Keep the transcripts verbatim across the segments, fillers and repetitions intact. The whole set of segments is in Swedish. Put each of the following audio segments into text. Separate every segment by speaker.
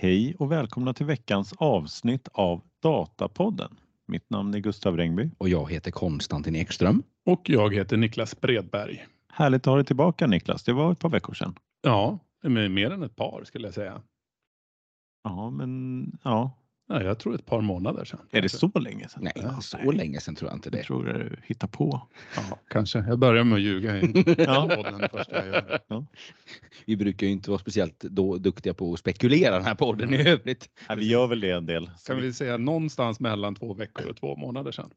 Speaker 1: Hej och välkomna till veckans avsnitt av Datapodden. Mitt namn är Gustav Rengby.
Speaker 2: Och jag heter Konstantin Ekström.
Speaker 3: Och jag heter Niklas Bredberg.
Speaker 1: Härligt att ha dig tillbaka, Niklas. Det var ett par veckor sedan.
Speaker 3: Ja, men mer än ett par skulle jag säga.
Speaker 1: Ja, men ja.
Speaker 3: Ja, jag tror ett par månader sedan.
Speaker 1: Är det så länge sedan?
Speaker 2: Nej,
Speaker 3: Ja,
Speaker 2: så
Speaker 1: nej.
Speaker 2: länge sedan tror jag inte det.
Speaker 1: Jag tror du hittar på.
Speaker 3: Ja, kanske. Jag börjar med att ljuga i
Speaker 1: Ja.
Speaker 3: podden först jag gör.
Speaker 1: Ja.
Speaker 2: Vi brukar ju inte vara speciellt då, duktiga på att spekulera den här podden i övrigt.
Speaker 1: Nej, vi gör väl det en del.
Speaker 3: Kan vi säga någonstans mellan två veckor och två månader sedan?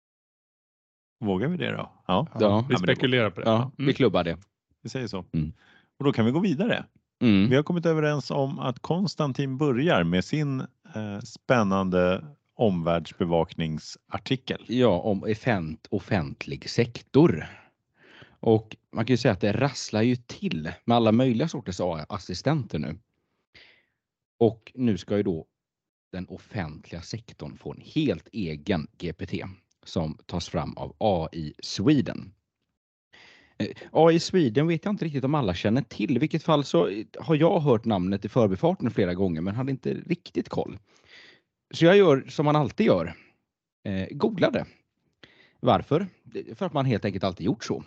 Speaker 1: Vågar vi det då? Ja,
Speaker 3: Ja,
Speaker 2: Ja,
Speaker 3: vi
Speaker 1: men det
Speaker 3: spekulerar på det.
Speaker 2: Ja, vi
Speaker 3: Mm.
Speaker 2: klubbar det.
Speaker 1: vi säger så.
Speaker 2: Mm.
Speaker 1: Och då kan vi gå vidare.
Speaker 2: Mm.
Speaker 1: Vi har kommit överens om att Konstantin börjar med sin eh, spännande omvärldsbevakningsartikel.
Speaker 2: Ja, om offent, offentlig sektor. Och man kan ju säga att det rasslar ju till med alla möjliga sorters A I-assistenter nu. Och nu ska ju då den offentliga sektorn få en helt egen G P T som tas fram av A I Sweden. A I Sweden vet jag inte riktigt om alla känner till. I vilket fall så har jag hört namnet i förbifarten flera gånger men hade inte riktigt koll. Så jag gör som man alltid gör. Eh, googlade. Varför? För att man helt enkelt alltid gjort så.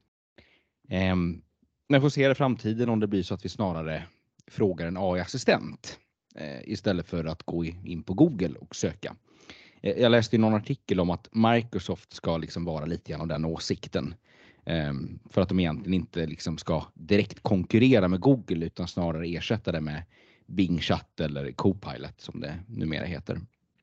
Speaker 2: Eh, men får se i framtiden om det blir så att vi snarare frågar en A I-assistent eh, istället för att gå in på Google och söka. Eh, jag läste i någon artikel om att Microsoft ska liksom vara lite grann av den åsikten. Um, för att de egentligen inte liksom ska direkt konkurrera med Google utan snarare ersätta det med Bing Chat eller Copilot som det numera heter.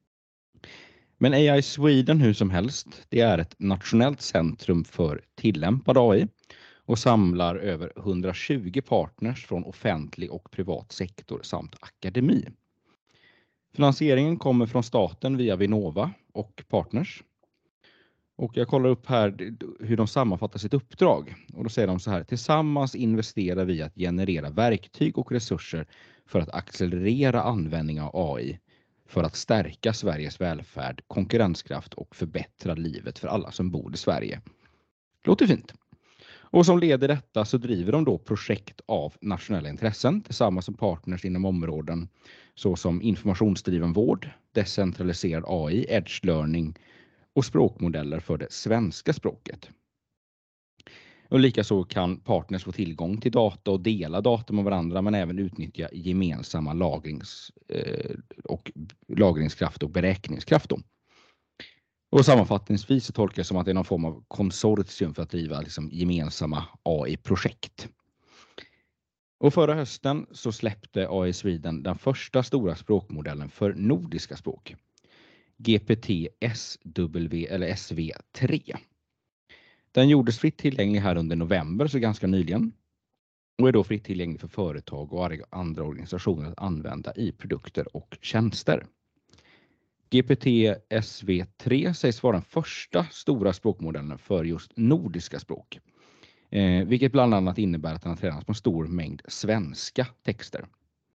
Speaker 2: Men A I Sweden hur som helst, det är ett nationellt centrum för tillämpad A I och samlar över hundratjugo partners från offentlig och privat sektor samt akademi. Finansieringen kommer från staten via Vinnova och partners. Och jag kollar upp här hur de sammanfattar sitt uppdrag. Och då säger de så här. Tillsammans investerar vi att generera verktyg och resurser för att accelerera användning av A I. För att stärka Sveriges välfärd, konkurrenskraft och förbättra livet för alla som bor i Sverige. Låter fint. Och som leder detta så driver de då projekt av nationella intressen tillsammans med partners inom områden såsom informationsdriven vård, decentraliserad A I, edge learning och språkmodeller för det svenska språket. Och likaså kan partners få tillgång till data och dela data med varandra men även utnyttja gemensamma lagrings, eh, och lagringskraft och beräkningskraft. Då. Och sammanfattningsvis så tolkar jag som att det är någon form av konsortium för att driva liksom gemensamma A I-projekt. Och förra hösten så släppte A I Sweden den första stora språkmodellen för nordiska språk. G P T S W eller S V tre. Den gjordes fritt tillgänglig här under november så ganska nyligen. Och är då fritt tillgänglig för företag och andra organisationer att använda i produkter och tjänster. G P T S V tre sägs vara den första stora språkmodellen för just nordiska språk. Eh, vilket bland annat innebär att den har tränats på en stor mängd svenska texter.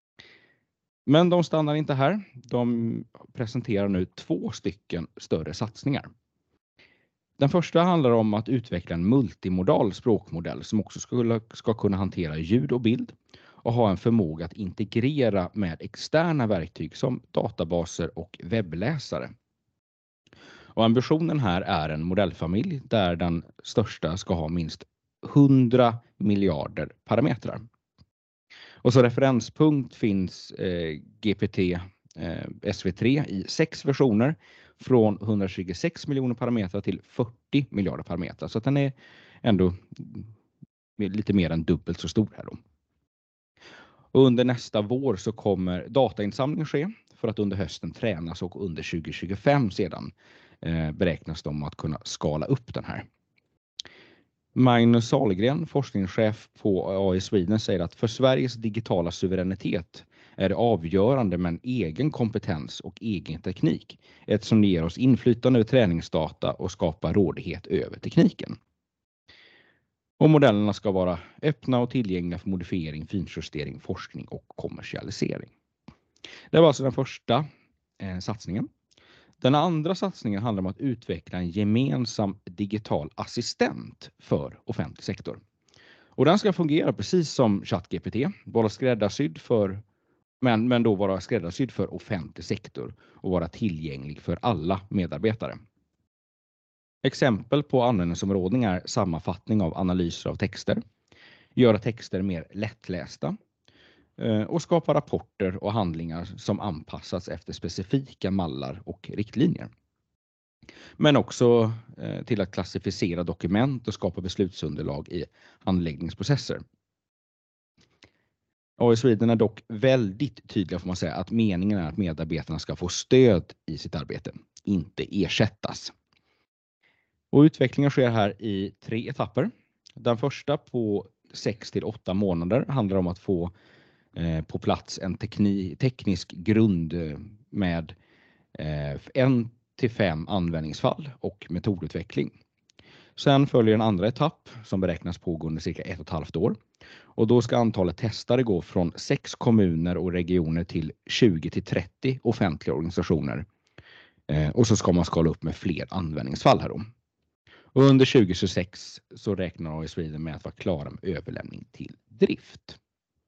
Speaker 2: Men de stannar inte här. De presenterar nu två stycken större satsningar. Den första handlar om att utveckla en multimodal språkmodell som också skulle, ska kunna hantera ljud och bild och ha en förmåga att integrera med externa verktyg som databaser och webbläsare. Och ambitionen här är en modellfamilj där den största ska ha minst hundra miljarder parametrar. Och så referenspunkt finns eh, G P T eh, S V tre i sex versioner från hundratjugosex miljoner parametrar till fyrtio miljarder parametrar. Så att den är ändå lite mer än dubbelt så stor här då. Och under nästa vår så kommer datainsamling ske för att under hösten tränas och under tjugo tjugofem sedan eh, beräknas de att kunna skala upp den här. Magnus Sahlgren, forskningschef på A I Sweden, säger att för Sveriges digitala suveränitet är det avgörande med en egen kompetens och egen teknik eftersom det ger oss inflytande över träningsdata och skapar rådighet över tekniken. Och modellerna ska vara öppna och tillgängliga för modifiering, finjustering, forskning och kommersialisering. Det var alltså den första eh, satsningen. Den andra satsningen handlar om att utveckla en gemensam digital assistent för offentlig sektor. Och den ska fungera precis som ChatGPT, vara skräddarsydd för Men, men då vara skräddarsydd för offentlig sektor och vara tillgänglig för alla medarbetare. Exempel på användningsområden är sammanfattning av analyser av texter, göra texter mer lättlästa och skapa rapporter och handlingar som anpassas efter specifika mallar och riktlinjer. Men också till att klassificera dokument och skapa beslutsunderlag i handläggningsprocesser. A I Sweden är dock väldigt tydliga, får man säga, att meningen är att medarbetarna ska få stöd i sitt arbete, inte ersättas. Och utvecklingen sker här i tre etapper. Den första på sex till åtta månader handlar om att få eh, på plats en tekni- teknisk grund med eh, en till fem användningsfall och metodutveckling. Sen följer en andra etapp som beräknas pågå under cirka ett och ett halvt år. Och då ska antalet testare gå från sex kommuner och regioner till tjugo till trettio offentliga organisationer. Eh, och så ska man skala upp med fler användningsfall här då. Och under tjugo tjugosex så räknar A I Sweden med att vara klara med överlämning till drift.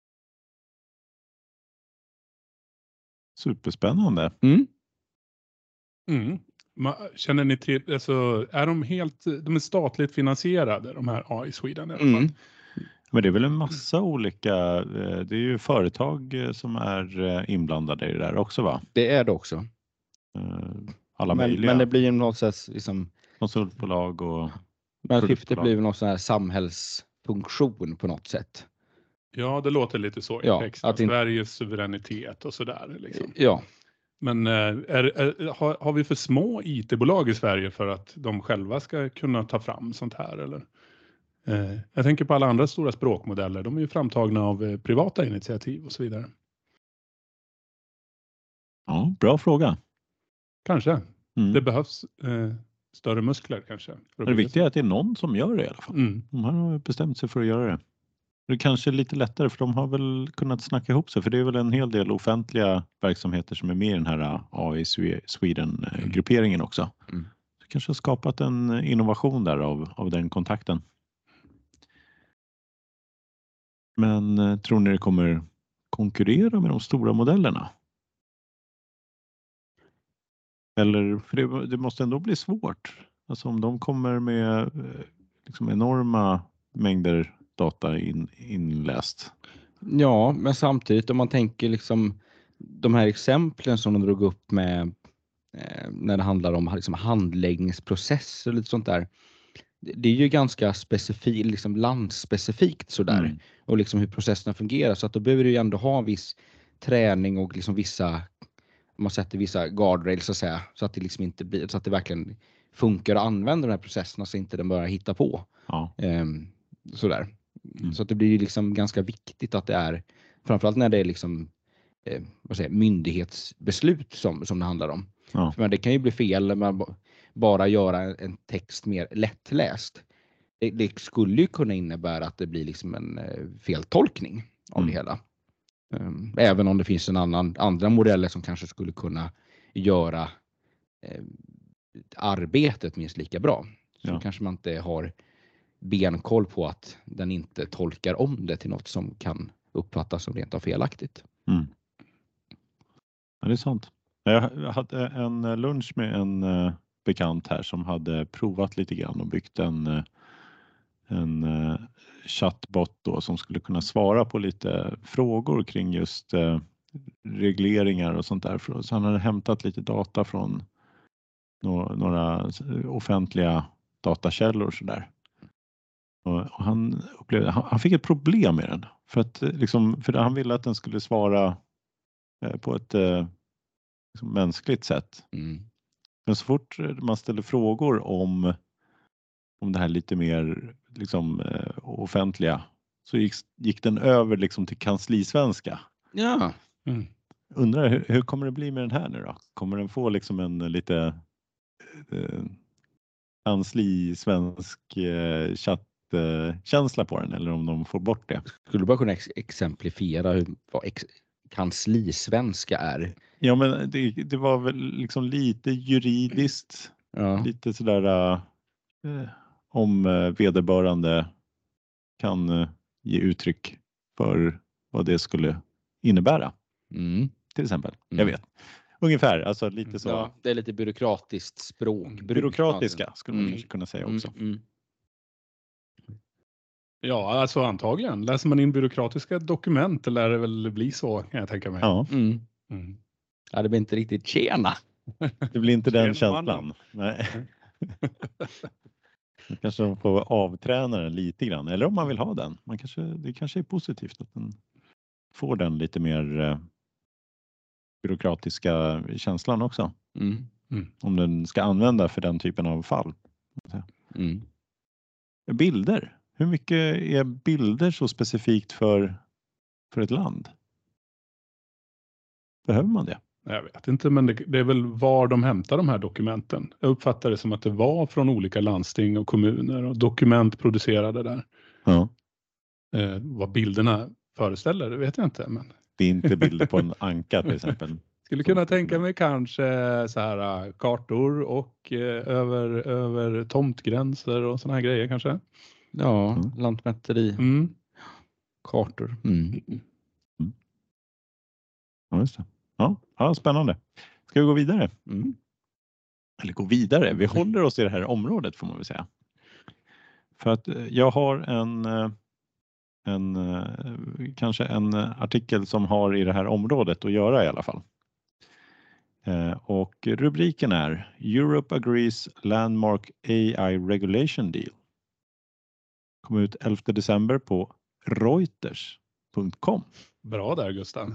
Speaker 1: Superspännande.
Speaker 2: Mm.
Speaker 3: Mm. Känner ni till, alltså, är de helt, de är statligt finansierade, de här A I Sweden i alla fall?
Speaker 2: Mm.
Speaker 1: Men det är väl en massa olika, det är ju företag som är inblandade i det där också, va?
Speaker 2: Det är det också.
Speaker 1: Alla
Speaker 2: men,
Speaker 1: möjliga.
Speaker 2: men det blir ju något slags liksom,
Speaker 1: konsultbolag och
Speaker 2: men syftet blir ju någon sån här samhällsfunktion på något sätt.
Speaker 3: Ja, det låter lite så i
Speaker 2: ja,
Speaker 3: texten.
Speaker 2: att in...
Speaker 3: Sveriges suveränitet och sådär. Liksom.
Speaker 2: Ja.
Speaker 3: Men är, är, har, har vi för små I T-bolag i Sverige för att de själva ska kunna ta fram sånt här? Eller? Eh, jag tänker på alla andra stora språkmodeller. De är ju framtagna av eh, privata initiativ och så vidare.
Speaker 1: Ja, bra fråga.
Speaker 3: Kanske.
Speaker 1: Mm.
Speaker 3: Det behövs eh, större muskler kanske.
Speaker 1: Det viktiga är att det är någon som gör det i alla fall.
Speaker 3: Mm.
Speaker 1: De har bestämt sig för att göra det. Det är kanske lite lättare för de har väl kunnat snacka ihop sig, för det är väl en hel del offentliga verksamheter som är med i den här A I Sweden-grupperingen också.
Speaker 2: Mm.
Speaker 1: Så kanske har skapat en innovation där av, av den kontakten. Men tror ni det kommer konkurrera med de stora modellerna? Eller, för det, det måste ändå bli svårt. Alltså om de kommer med liksom enorma mängder data in, inläst.
Speaker 2: Ja, men samtidigt om man tänker liksom de här exemplen som de drog upp med eh, när det handlar om liksom handläggningsprocesser och lite sånt där. Det, det är ju ganska specifikt, liksom landspecifikt sådär. Mm. Och liksom hur processerna fungerar. Så att då behöver du ju ändå ha viss träning och liksom vissa, man sätter vissa guardrails så att säga. Så att det liksom inte blir, så att det verkligen funkar att använda de här processerna så inte den börjar hitta på.
Speaker 1: Ja.
Speaker 2: Eh, sådär.
Speaker 1: Mm.
Speaker 2: Så att det blir liksom ganska viktigt att det är, framförallt när det är liksom, eh, vad säger, myndighetsbeslut som, som det handlar om.
Speaker 1: Ja.
Speaker 2: För det kan ju bli fel när man bara göra en text mer lättläst. Det, det skulle ju kunna innebära att det blir liksom en eh, feltolkning av mm. det hela. Um, även om det finns en annan, andra modeller som kanske skulle kunna göra eh, arbetet minst lika bra. Så
Speaker 1: ja.
Speaker 2: kanske man inte har benkoll på att den inte tolkar om det till något som kan uppfattas som rent av felaktigt.
Speaker 1: Mm. Ja, det är sant. Jag hade en lunch med en bekant här som hade provat lite grann och byggt en, en chattbot då som skulle kunna svara på lite frågor kring just regleringar och sånt där. Så han hade hämtat lite data från några offentliga datakällor och sådär. Och han upplevde, han fick ett problem med den för att liksom, för han ville att den skulle svara på ett liksom, mänskligt sätt.
Speaker 2: Mm.
Speaker 1: Men så fort man ställer frågor om om det här lite mer liksom offentliga så gick, gick den över liksom till kanslisvenska.
Speaker 2: Ja.
Speaker 1: Mm. Undrar hur, hur kommer det bli med den här nu då? Kommer den få liksom en lite eh, kanslisvensk eh, chatt känsla på den eller om de får bort det.
Speaker 2: Skulle du bara kunna ex- exemplifiera hur, vad ex- kanslisvenska är?
Speaker 1: Ja, men det, det var väl liksom lite juridiskt.
Speaker 2: Ja.
Speaker 1: Lite sådär eh, om vederbörande kan eh, ge uttryck för vad det skulle innebära.
Speaker 2: Mm.
Speaker 1: till exempel.
Speaker 2: Mm.
Speaker 1: Jag vet. Ungefär, alltså lite så.
Speaker 2: Ja, det är lite byråkratiskt språk.
Speaker 1: Byråkratiska skulle man
Speaker 2: Mm.
Speaker 1: kanske kunna säga
Speaker 2: Mm,
Speaker 1: också.
Speaker 2: mm.
Speaker 3: Ja, alltså antagligen. Läser man in byråkratiska dokument lär det väl bli så, kan jag tänka mig.
Speaker 1: Ja,
Speaker 2: Mm.
Speaker 3: Mm.
Speaker 2: Ja, det blir inte riktigt tjena.
Speaker 1: det blir inte den
Speaker 3: Tjena,
Speaker 1: känslan.
Speaker 3: mannen.
Speaker 1: Nej. Man kanske får avträna den lite grann. Eller om man vill ha den. Man kanske, det kanske är positivt att den får den lite mer eh, byråkratiska känslan också.
Speaker 2: Mm.
Speaker 1: Om den ska använda för den typen av fall.
Speaker 2: Mm.
Speaker 1: Bilder. Hur mycket är bilder så specifikt för, för ett land? Behöver man det?
Speaker 3: Jag vet inte, men det, det är väl var de hämtar de här dokumenten. Jag uppfattar det som att det var från olika landsting och kommuner och dokument producerade där.
Speaker 1: Ja.
Speaker 3: Eh, vad bilderna föreställer, det vet jag inte. Men
Speaker 1: Det är inte bilder på en anka till exempel.
Speaker 3: skulle kunna tänka mig kanske så här äh, kartor och eh, över, över tomtgränser och såna här grejer kanske.
Speaker 2: Ja,
Speaker 1: Mm.
Speaker 2: lantmäteri,
Speaker 3: Mm.
Speaker 2: kartor. Mm.
Speaker 1: Ja, just det. Ja, ja, spännande. Ska vi gå vidare?
Speaker 2: Mm.
Speaker 1: Eller gå vidare, vi håller oss i det här området får man väl säga. För att eh, jag har en, eh, en eh, kanske en artikel som har i det här området att göra i alla fall. Eh, Och rubriken är Europe agrees landmark A I regulation deal. Kom ut elfte december på reuters punkt com.
Speaker 3: Bra där Gustav.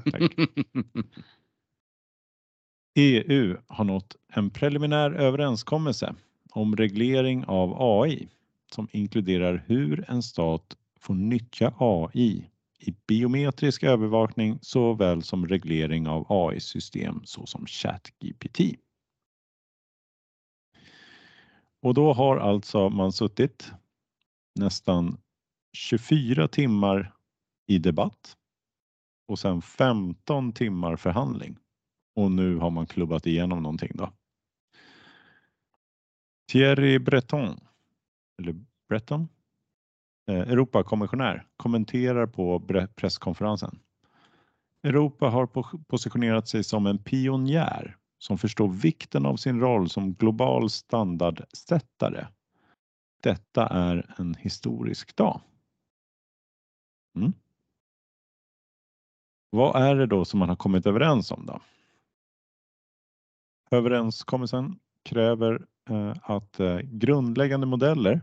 Speaker 1: E U har nått en preliminär överenskommelse om reglering av A I som inkluderar hur en stat får nyttja A I i biometrisk övervakning såväl som reglering av A I-system såsom ChatGPT. Och då har alltså man suttit nästan tjugofyra timmar i debatt och sen femton timmar förhandling. Och nu har man klubbat igenom någonting då. Thierry Breton, eller Breton, eh, Europakommissionär, kommenterar på presskonferensen. Europa har positionerat sig som en pionjär som förstår vikten av sin roll som global standardsättare. Detta är en historisk dag. Mm. Vad är det då som man har kommit överens om då? Överenskommelsen kräver eh, att eh, grundläggande modeller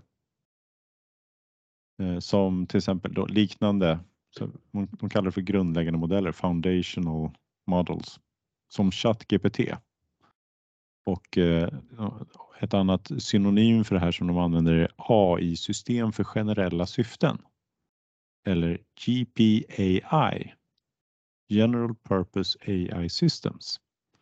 Speaker 1: eh, som till exempel då liknande, så man, de kallar det för grundläggande modeller, foundational models, som ChatGPT. Och eh, ett annat synonym för det här som de använder är A I-system för generella syften. Eller G P A I, General Purpose A I Systems.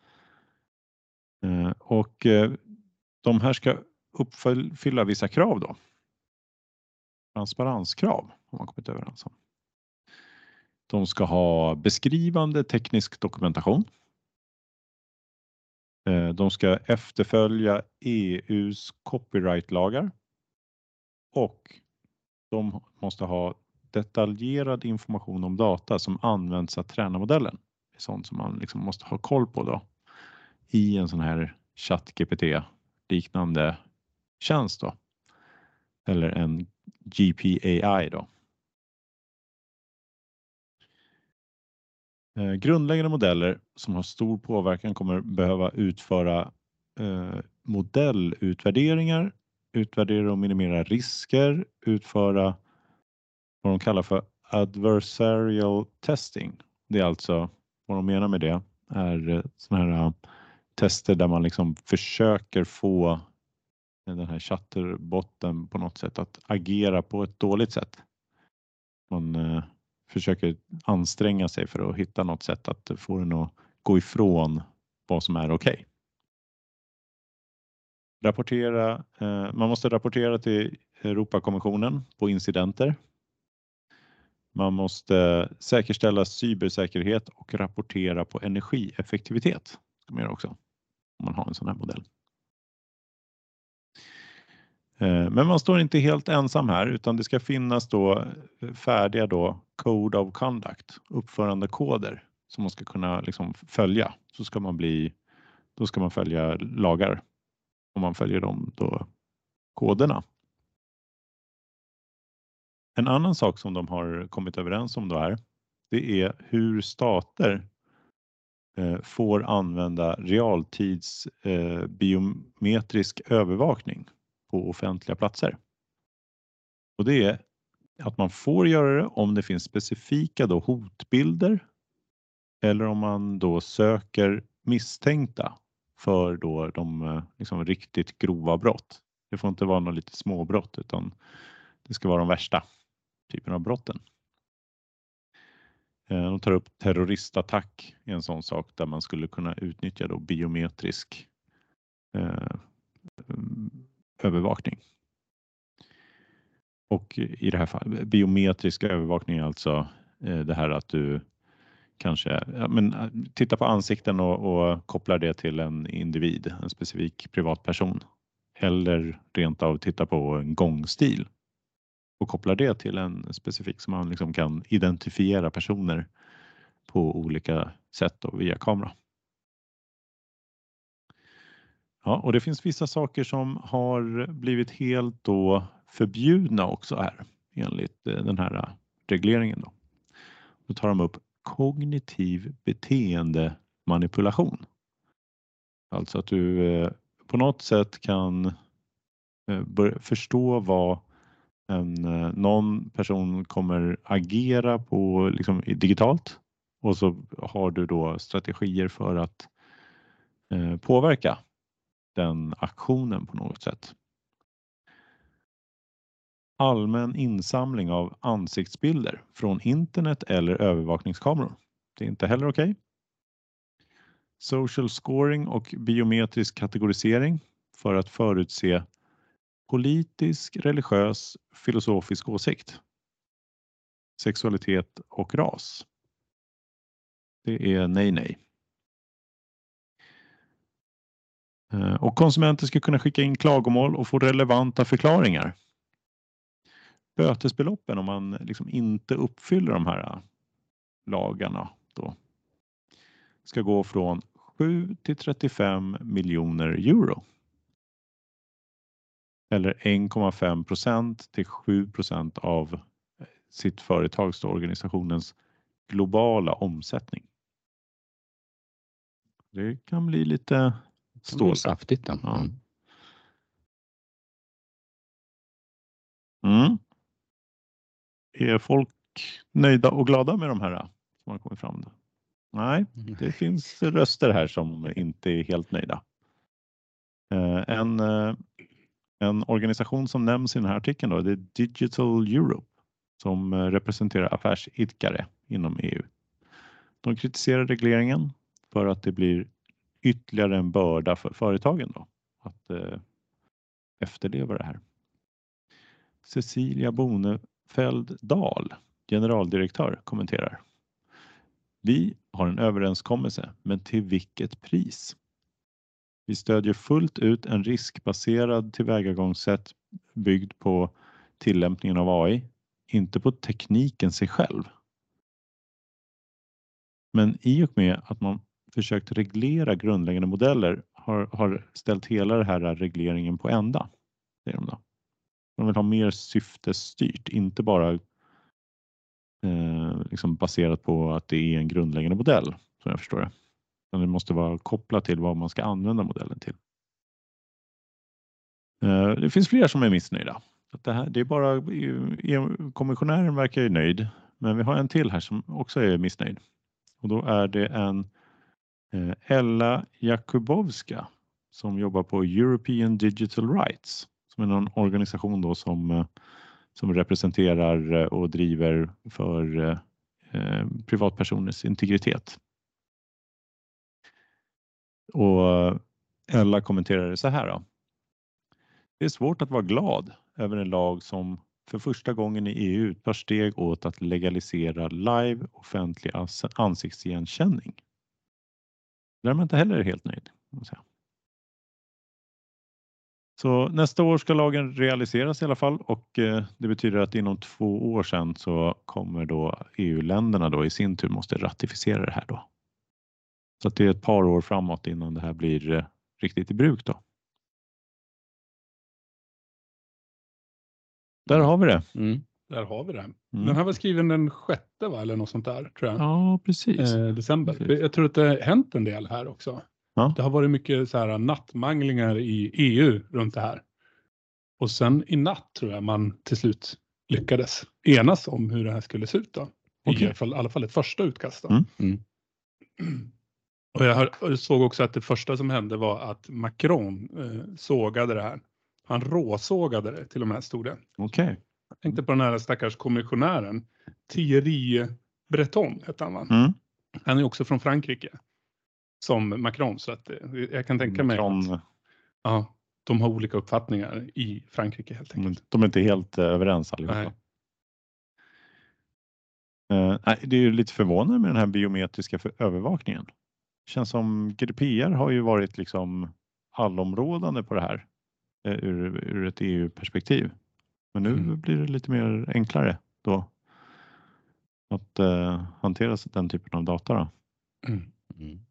Speaker 1: Eh, och eh, de här ska uppfylla vissa krav då. Transparenskrav har man kommit överens om. De ska ha beskrivande teknisk dokumentation. Eh, de ska efterfölja E U:s copyrightlagar. Och de måste ha detaljerad information om data som används att träna modellen. Det är sånt som man liksom måste ha koll på då i en sån här ChatGPT-liknande tjänst då. Eller en G P A I då. Eh, grundläggande modeller som har stor påverkan kommer behöva utföra eh, modellutvärderingar, utvärdera och minimera risker, utföra vad de kallar för adversarial testing. Det är alltså, vad de menar med det är såna här tester där man liksom försöker få den här chatterbotten på något sätt att agera på ett dåligt sätt. Man eh, försöker anstränga sig för att hitta något sätt att få den att gå ifrån vad som är okej. Okay. Rapportera, eh, man måste rapportera till Europakommissionen på incidenter. Man måste säkerställa cybersäkerhet och rapportera på energieffektivitet. Ska man göra också om man har en sån här modell. Men man står inte helt ensam här utan det ska finnas då färdiga då Code of Conduct, uppförandekoder som man ska kunna liksom följa, så ska man bli, då ska man följa lagar. Om man följer de då koderna. En annan sak som de har kommit överens om då här, det är hur stater eh, får använda realtids eh, biometrisk övervakning på offentliga platser. Och det är att man får göra det om det finns specifika då hotbilder eller om man då söker misstänkta för då de eh, liksom riktigt grova brott. Det får inte vara något lite småbrott, utan det ska vara de värsta typen av brotten. Eh, De tar upp terroristattack i en sån sak där man skulle kunna utnyttja då biometrisk eh, övervakning. Och i det här fallet, biometrisk övervakning är alltså eh, det här att du kanske ja, men, tittar på ansikten och, och kopplar det till en individ, en specifik privatperson. Eller rent av titta på en gångstil och kopplar det till en specifik, så man liksom kan identifiera personer på olika sätt då, via kamera. Ja, och det finns vissa saker som har blivit helt då förbjudna också här enligt den här regleringen då. Då tar de upp kognitiv beteendemanipulation. Alltså att du eh, på något sätt kan eh, börja förstå vad en, eh, någon person kommer agera på liksom, digitalt, och så har du då strategier för att eh, påverka den aktionen på något sätt. Allmän insamling av ansiktsbilder från internet eller övervakningskameror. Det är inte heller okej. Social scoring och biometrisk kategorisering för att förutse politisk, religiös, filosofisk åsikt, sexualitet och ras. Det är nej, nej. Och konsumenter ska kunna skicka in klagomål och få relevanta förklaringar. Bötesbeloppen om man liksom inte uppfyller de här lagarna då ska gå från sju till trettiofem miljoner euro. Eller en komma fem procent till sju procent av sitt företags och organisationens globala omsättning. Det kan bli lite stål.
Speaker 2: Saftigt då.
Speaker 1: Ja.
Speaker 2: Mm.
Speaker 1: Mm. Är folk nöjda och glada med de här som har kommit fram? Då? Nej, det finns röster här som inte är helt nöjda. En, en organisation som nämns i den här artikeln då, det är Digital Europe, som representerar affärsidkare inom E U. De kritiserar regleringen för att det blir ytterligare en börda för företagen då, att eh, efterleva det här. Cecilia Bonefeld Dahl, generaldirektör, kommenterar. Vi har en överenskommelse, men till vilket pris? Vi stödjer fullt ut en riskbaserad tillvägagångssätt byggd på tillämpningen av A I, inte på tekniken sig själv. Men i och med att man försökt reglera grundläggande modeller har, har ställt hela det här regleringen på ända. Säger de, då. De vill ha mer syftesstyrt, inte bara eh, liksom baserat på att det är en grundläggande modell, som jag förstår det. Men det måste vara kopplat till vad man ska använda modellen till. Eh, det finns fler som är missnöjda. Att det, här, det är bara, E U-kommissionären verkar ju nöjd, men vi har en till här som också är missnöjd. Och då är det en eh, Ella Jakubowska som jobbar på European Digital Rights, som är någon organisation då som, eh, som representerar och driver för eh, privatpersoners integritet. Och Ella kommenterar det så här då. Det är svårt att vara glad över en lag som för första gången i E U tar steg åt att legalisera live offentlig ansiktsigenkänning. Där är man inte heller helt nöjd. Så nästa år ska lagen realiseras i alla fall och eh, det betyder att inom två år sedan så kommer då E U-länderna då i sin tur måste ratificera det här då. Så att det är ett par år framåt innan det här blir eh, riktigt i bruk då. Där har vi det.
Speaker 2: Mm.
Speaker 3: Där har vi det.
Speaker 1: Mm.
Speaker 3: Den här var skriven den sjätte, va? Eller något sånt där, tror jag.
Speaker 1: Ja, precis.
Speaker 3: Eh, december.
Speaker 1: Precis.
Speaker 3: Jag tror att det har hänt en del här också.
Speaker 1: Ja.
Speaker 3: Det har varit mycket så här nattmanglingar i E U runt det här. Och sen i natt tror jag man till slut lyckades enas om hur det här skulle se ut då. I
Speaker 1: Okej.
Speaker 3: alla fall, i alla fall ett första utkast då.
Speaker 1: Mm.
Speaker 2: Mm.
Speaker 3: Och jag, hör, jag såg också att det första som hände var att Macron eh, sågade det här. Han råsågade det till och med, stod det.
Speaker 1: Okej.
Speaker 3: Jag tänkte på den här stackars kommissionären. Thierry Breton heter han, va?
Speaker 1: Mm.
Speaker 3: Han är också från Frankrike. Som Macron, så att eh, jag kan tänka mig
Speaker 1: Macron,
Speaker 3: att ja, de har olika uppfattningar i Frankrike helt
Speaker 1: de,
Speaker 3: enkelt.
Speaker 1: de är inte helt eh, överens allihopa.
Speaker 3: Nej.
Speaker 1: Eh, nej, det är ju lite förvånande med den här biometriska för övervakningen. Känns som G D P R har ju varit liksom allområdande på det här eh, ur, ur ett E U-perspektiv. Men nu
Speaker 3: Mm.
Speaker 1: blir det lite mer enklare då att eh, hantera den typen av data då.
Speaker 3: Mm.
Speaker 2: Mm.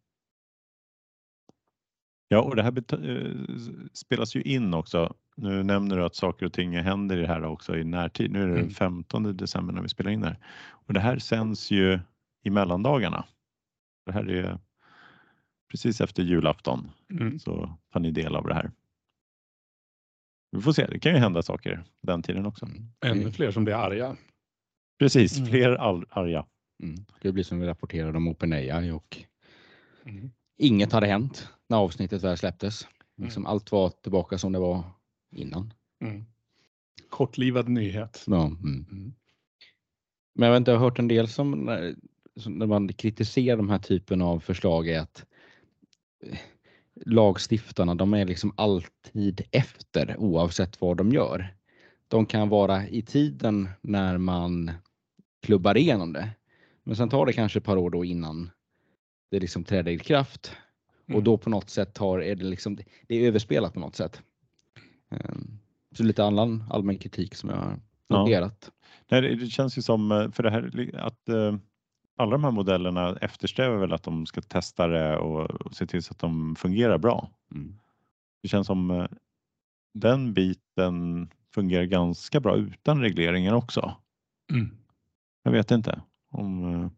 Speaker 1: Ja, och det här bet- eh, spelas ju in också. Nu nämner du att saker och ting händer i det här också i närtid. Nu är det den
Speaker 3: Mm.
Speaker 1: femtonde december när vi spelar in det här. Och det här sänds ju i mellandagarna. Det här är precis efter julafton,
Speaker 3: Mm.
Speaker 1: så tar ni del av det här. Vi får se, det kan ju hända saker den tiden också.
Speaker 2: Mm.
Speaker 3: Ännu fler som blir arga.
Speaker 1: Precis,
Speaker 3: Mm.
Speaker 1: fler all- arga.
Speaker 2: Mm. Det blir som vi rapporterade om OpenAI och
Speaker 3: Mm.
Speaker 2: inget hade hänt när avsnittet väl släpptes.
Speaker 3: Mm.
Speaker 2: Liksom allt var tillbaka som det var innan.
Speaker 3: Mm. Kortlivad nyhet.
Speaker 2: Ja, mm.
Speaker 3: Mm.
Speaker 2: Men jag vet inte, jag har hört en del som när, som när man kritiserar de här typen av förslag är att eh, lagstiftarna, de är liksom alltid efter oavsett vad de gör. De kan vara i tiden när man klubbar igenom det. Men sen tar det kanske ett par år då innan det liksom träder i kraft.
Speaker 3: Mm.
Speaker 2: Och då på något sätt har, är det liksom, det är överspelat på något sätt. Um, så lite annan allmän kritik som jag har noterat.
Speaker 1: Nej, det, det känns ju som, eh, för det här att eh, alla de här modellerna eftersträvar väl att de ska testa det och, och se till så att de fungerar bra.
Speaker 2: Mm.
Speaker 1: Det känns som eh, den biten fungerar ganska bra utan regleringen också.
Speaker 3: Mm.
Speaker 1: Jag vet inte om... eh,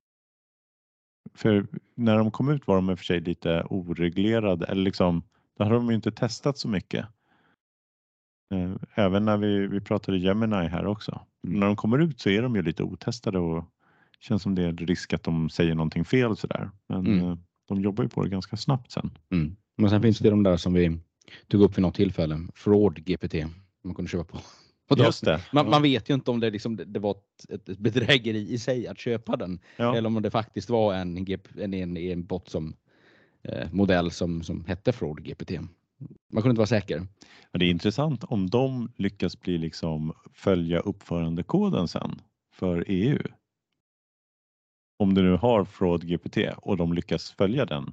Speaker 1: För när de kom ut var de i och för sig lite oreglerade. Eller liksom, då hade de ju inte testat så mycket. Eh, Även när vi, vi pratade Gemini här också.
Speaker 2: Mm.
Speaker 1: När de kommer ut så är de ju lite otestade och känns som det är risk att de säger någonting fel sådär. Men
Speaker 2: Mm.
Speaker 1: eh, de jobbar ju på det ganska snabbt sen.
Speaker 2: Mm. Men sen finns det de där som vi tog upp vid något tillfälle. Fraud G P T. Man kunde köpa på. på
Speaker 1: Just det.
Speaker 2: Man,
Speaker 1: Ja.
Speaker 2: man vet ju inte om det, liksom, det, det var ett, ett bedrägeri i sig att köpa den.
Speaker 1: Ja.
Speaker 2: Eller om det faktiskt var en, G P, en, en, en bot som eh, modell som, som hette Fraud G P T. Man kunde inte vara säker.
Speaker 1: Men det är intressant om de lyckas bli liksom följa uppförandekoden sen för E U. Om du nu har Fraud G P T och de lyckas följa den.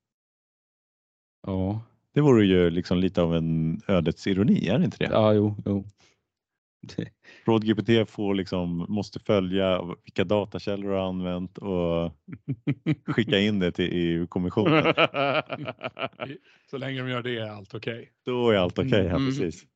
Speaker 2: Ja,
Speaker 1: Det vore ju liksom lite av en ödets ironi, är det inte det?
Speaker 2: ja jo, jo. Det,
Speaker 1: Fraud G P T får liksom, måste följa vilka datakällor du har använt och skicka in det till E U-kommissionen.
Speaker 3: Så länge de gör det är allt okej.
Speaker 1: Då är allt okej, okay, ja
Speaker 2: Mm.
Speaker 1: precis.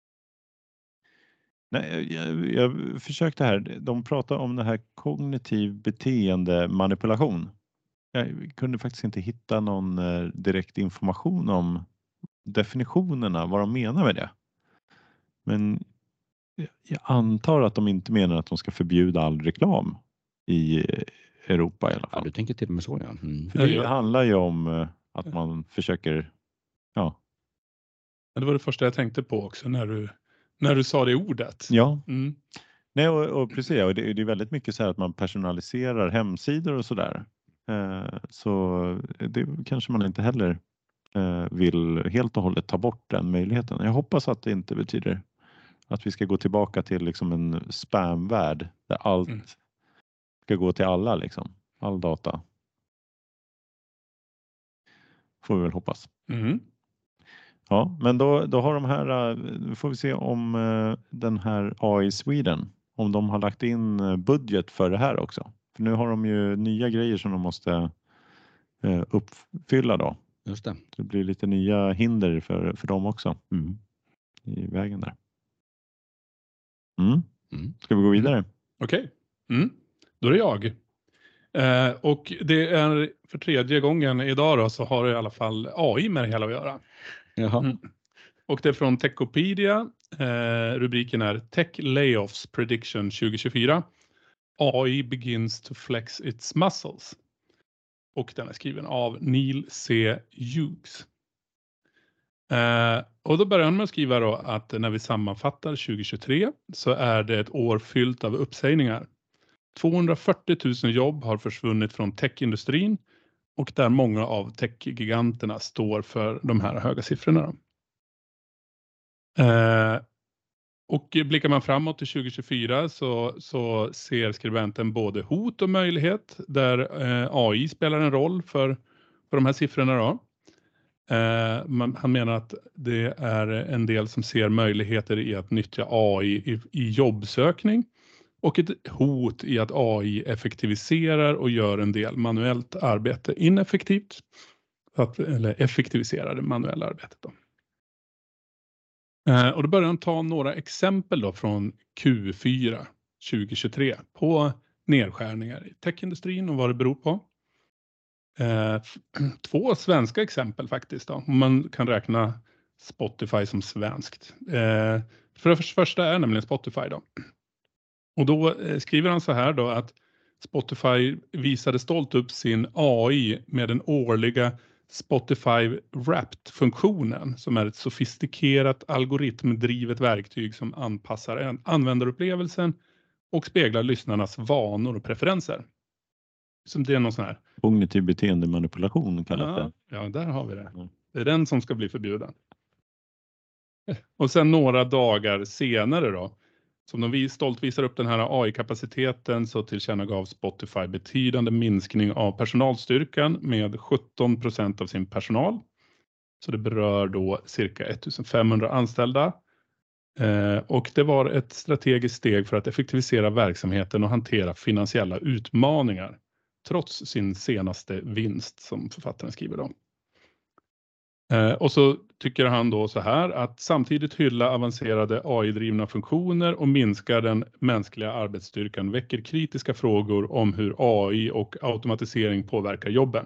Speaker 1: Nej, jag, jag försökte här, de pratar om det här kognitiv beteendemanipulation. Jag kunde faktiskt inte hitta någon eh, direkt information om definitionerna, vad de menar med det. Men jag antar att de inte menar att de ska förbjuda all reklam i Europa i alla
Speaker 2: ja,
Speaker 1: fall.
Speaker 2: du tänker till och med så, ja. Mm.
Speaker 1: För det handlar ju om eh, att man försöker, ja.
Speaker 3: Det var det första jag tänkte på också när du, när du sa det ordet.
Speaker 1: Ja,
Speaker 3: Mm.
Speaker 1: nej, och, och precis. Och det, det är väldigt mycket så här att man personaliserar hemsidor och sådär. Eh, så det kanske man inte heller eh, vill helt och hållet ta bort den möjligheten. Jag hoppas att det inte betyder att vi ska gå tillbaka till liksom en spamvärld där allt
Speaker 3: Mm.
Speaker 1: ska gå till alla liksom. All data. Får vi väl hoppas.
Speaker 3: Mm.
Speaker 1: Ja, men då, då har de här, nu får vi se om eh, den här A I Sweden, om de har lagt in eh, budget för det här också. För nu har de ju nya grejer som de måste eh, uppfylla då.
Speaker 2: Just det.
Speaker 1: Det blir lite nya hinder för, för dem också
Speaker 2: Mm.
Speaker 1: i vägen där. Mm.
Speaker 2: Mm.
Speaker 1: Ska vi gå vidare?
Speaker 3: Okej, mm. Då är det jag. Eh, och det är för tredje gången idag då, så har det i alla fall A I med det hela att göra.
Speaker 2: Jaha.
Speaker 3: Mm. Och det är från Techopedia. Eh, rubriken är Tech Layoffs Prediction tjugo tjugofyra. A I begins to flex its muscles. Och den är skriven av Neil C. Hughes. Eh, och då börjar han med att skriva då att när vi sammanfattar tjugo tjugotre så är det ett år fyllt av uppsägningar. tvåhundrafyrtio tusen jobb har försvunnit från techindustrin och där många av techgiganterna står för de här höga siffrorna. Då. Eh, och blickar man framåt till tjugo tjugofyra så, så ser skribenten både hot och möjlighet där eh, A I spelar en roll för, för de här siffrorna. Då. Eh, man, han menar att det är en del som ser möjligheter i att nyttja A I i, i jobbsökning och ett hot i att A I effektiviserar och gör en del manuellt arbete ineffektivt. Att, eller effektiviserar det manuella arbetet. Då. Eh, och då börjar han ta några exempel då från Q fyra tjugo tjugotre på nedskärningar i techindustrin och vad det beror på. Eh, två svenska exempel faktiskt då, om man kan räkna Spotify som svenskt. Eh, för det första är nämligen Spotify då. Och då eh, skriver han så här då att Spotify visade stolt upp sin A I med den årliga Spotify Wrapped-funktionen som är ett sofistikerat algoritmdrivet verktyg som anpassar en användarupplevelsen och speglar lyssnarnas vanor och preferenser. Som det är någon sån här.
Speaker 1: Kognitiv beteendemanipulation kallas
Speaker 3: Ja,
Speaker 1: det.
Speaker 3: ja, där har vi det.
Speaker 1: Mm.
Speaker 3: Det är den som ska bli förbjuden. Och sen några dagar senare då, som de stolt visar upp den här A I-kapaciteten så tillkännagav Spotify betydande minskning av personalstyrkan med sjutton procent av sin personal. Så det berör då cirka ettusenfemhundra anställda. Eh, och det var ett strategiskt steg för att effektivisera verksamheten och hantera finansiella utmaningar. Trots sin senaste vinst som författaren skriver då. Eh, och så tycker han då så här att samtidigt hylla avancerade A I-drivna funktioner och minska den mänskliga arbetsstyrkan väcker kritiska frågor om hur A I och automatisering påverkar jobben.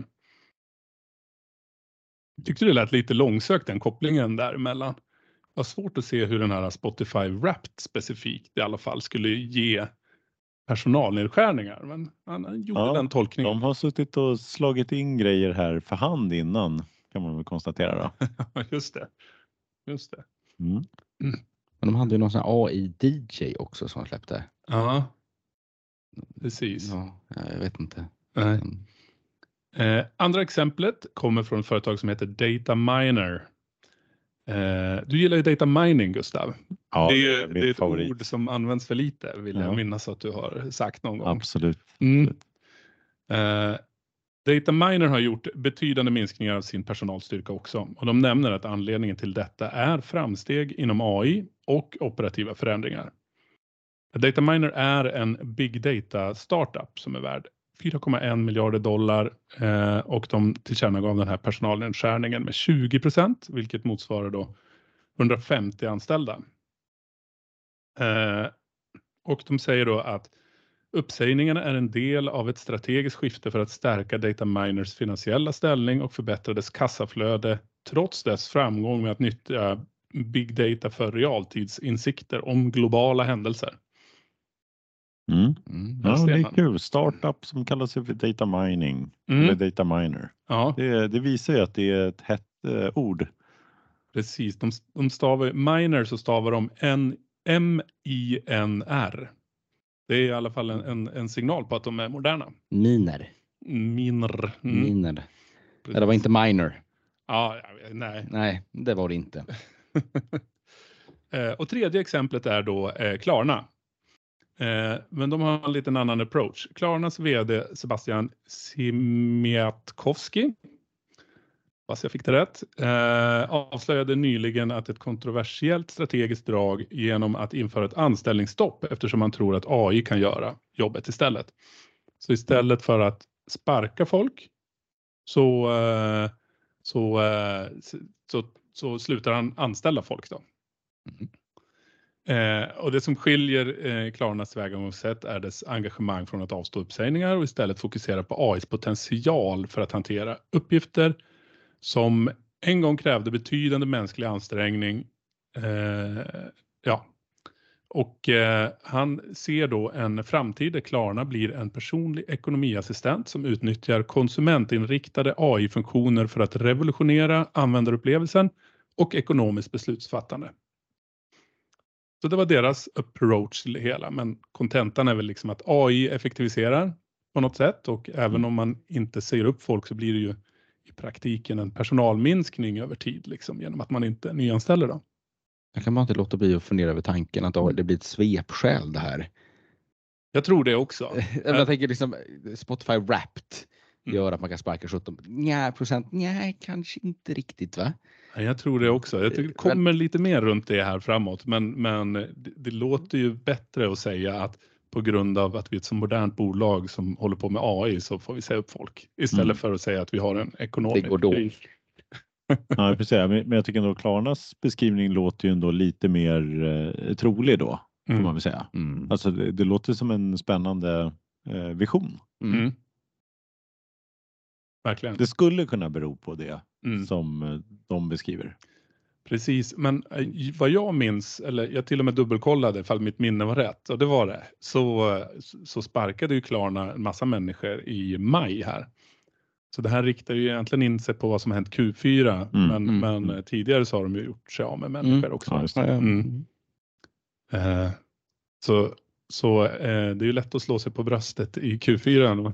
Speaker 3: Tyckte det lät lite långsökt den kopplingen däremellan. Det var svårt att se hur den här Spotify Wrapped specifikt i alla fall skulle ge personalnedskärningar. Men han gjorde
Speaker 1: Ja,
Speaker 3: den tolkningen.
Speaker 1: De har suttit och slagit in grejer här för hand innan, kan man väl konstatera då.
Speaker 3: Just det. Just det.
Speaker 1: Mm.
Speaker 3: Mm.
Speaker 2: Men de hade ju någon sån här A I-D J också som släppte.
Speaker 3: Ja, precis.
Speaker 2: Ja, jag vet inte.
Speaker 3: Nej.
Speaker 2: Mm.
Speaker 3: Eh, andra exemplet kommer från ett företag som heter Data Miner. Eh, du gillar ju data mining, Gustav.
Speaker 1: Ja,
Speaker 3: det är,
Speaker 1: det är
Speaker 3: ju-
Speaker 1: min
Speaker 3: det är ett
Speaker 1: favorit.
Speaker 3: ord som används för lite, vill
Speaker 1: Ja.
Speaker 3: jag minnas att du har sagt någon gång.
Speaker 1: Absolut.
Speaker 3: Mm. Eh, Data Miner har gjort betydande minskningar av sin personalstyrka också. Och de nämner att anledningen till detta är framsteg inom A I och operativa förändringar. Data Miner är en big data startup som är värd fyra komma en miljarder dollar eh, och de tillkännagav den här personalnedskärningen med tjugo procent, vilket motsvarar då hundrafemtio anställda. Eh, och de säger då att uppsägningarna är en del av ett strategiskt skifte för att stärka Data Miners finansiella ställning och förbättra dess kassaflöde trots dess framgång med att nyttja big data för realtidsinsikter om globala händelser.
Speaker 1: Mm.
Speaker 2: Mm.
Speaker 1: Ja,
Speaker 3: ser
Speaker 1: det är
Speaker 3: man.
Speaker 1: kul. Startup som kallar sig för data mining.
Speaker 3: Mm.
Speaker 1: Eller data miner.
Speaker 3: Ja,
Speaker 1: Det, det visar ju att det är ett hett eh, ord.
Speaker 3: precis. De, de stavar, miner så stavar de N, M I N R. Det är i alla fall en, en, en signal på att de är moderna.
Speaker 2: Miner.
Speaker 3: Miner. Mm.
Speaker 2: Miner. Nej,
Speaker 3: Precis.
Speaker 2: det var inte minor.
Speaker 3: Ja, ja, nej.
Speaker 2: Nej, det var det inte.
Speaker 3: Eh, och tredje exemplet är då eh, Klarna. Eh, men de har en liten annan approach. Klarnas vd Sebastian Siemiatkowski fast jag fick det rätt, eh, avslöjade nyligen att ett kontroversiellt strategiskt drag genom att införa ett anställningsstopp eftersom man tror att A I kan göra jobbet istället. Så istället för att sparka folk så, eh, så, eh, så, så slutar han anställa folk då.
Speaker 2: Mm.
Speaker 3: Eh, och det som skiljer eh, Klarnas tillvägagångssätt är dess engagemang från att avstå uppsägningar och istället fokusera på A Is potential för att hantera uppgifter som en gång krävde betydande mänsklig ansträngning. Eh, ja. Och eh, han ser då en framtid där Klarna blir en personlig ekonomiassistent som utnyttjar konsumentinriktade A I-funktioner för att revolutionera användarupplevelsen och ekonomiskt beslutsfattande. Så det var deras approach till det hela, men kontentan är väl liksom att A I effektiviserar på något sätt och även om man inte säger upp folk så blir det ju i praktiken en personalminskning över tid liksom, genom att man inte nyanställer dem.
Speaker 2: Jag kan bara inte låta bli att fundera över tanken att det blir ett svepskäl det här.
Speaker 3: Jag tror det också.
Speaker 2: Jag tänker liksom Spotify Wrapped gör att man kan sparka sjutton nja, procent. Nej, kanske inte riktigt va?
Speaker 3: Jag tror det också. Jag tycker det kommer lite mer runt det här framåt. Men, men det, det låter ju bättre att säga att på grund av att vi är ett så modernt bolag som håller på med A I så får vi säga upp folk. Istället mm. för att säga att vi har en ekonomisk kris.
Speaker 1: Ja, precis. Men jag tycker ändå Klarnas beskrivning låter ju ändå lite mer eh, trolig då. Mm. Får man väl säga. Mm. Alltså det, det låter som en spännande eh, vision.
Speaker 3: Mm. Verkligen.
Speaker 1: Det skulle kunna bero på det
Speaker 3: mm.
Speaker 1: som de beskriver.
Speaker 3: Precis, men vad jag minns, eller jag till och med dubbelkollade ifall mitt minne var rätt, och det var det, så, så sparkade ju Klarna en massa människor i maj här. Så det här riktar ju egentligen in sig på vad som har hänt Q fyra, mm, men, mm, men mm. tidigare så har de ju gjort sig av med människor mm. också.
Speaker 1: Ja,
Speaker 3: mm. eh, så så eh, det är ju lätt att slå sig på bröstet i Q fyra.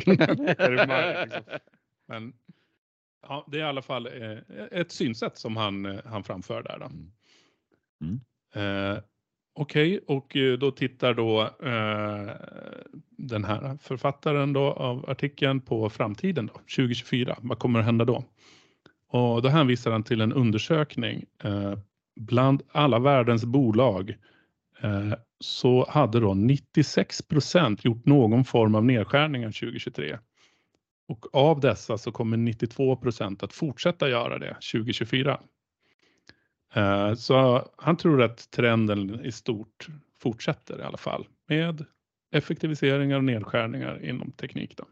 Speaker 3: Men ja, det är i alla fall eh, ett synsätt som han, eh, han framför där. Då.
Speaker 1: Mm.
Speaker 3: Eh, Okej, okay, och då tittar då eh, den här författaren då av artikeln på framtiden då, tjugo tjugofyra. Vad kommer att hända då? Och då hänvisar han till en undersökning. Eh, bland alla världens bolag eh, så hade då nittiosex procent gjort någon form av nedskärningar tjugo tjugotre. Och av dessa så kommer nittiotvå procent att fortsätta göra det tjugo tjugofyra. Uh, så han tror att trenden i stort fortsätter i alla fall. Med effektiviseringar och nedskärningar inom teknik. Då.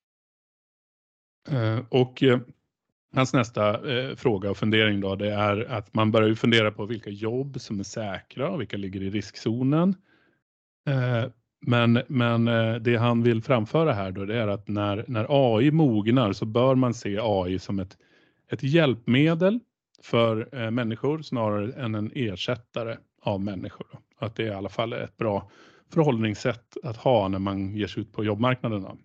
Speaker 3: Uh, och uh, hans nästa uh, fråga och fundering då, det är att man börjar fundera på vilka jobb som är säkra och vilka ligger i riskzonen. Uh, Men, men det han vill framföra här då det är att när, när A I mognar så bör man se A I som ett, ett hjälpmedel för eh, människor snarare än en ersättare av människor. Då. Att det är i alla fall ett bra förhållningssätt att ha när man ger sig ut på jobbmarknaden. Då.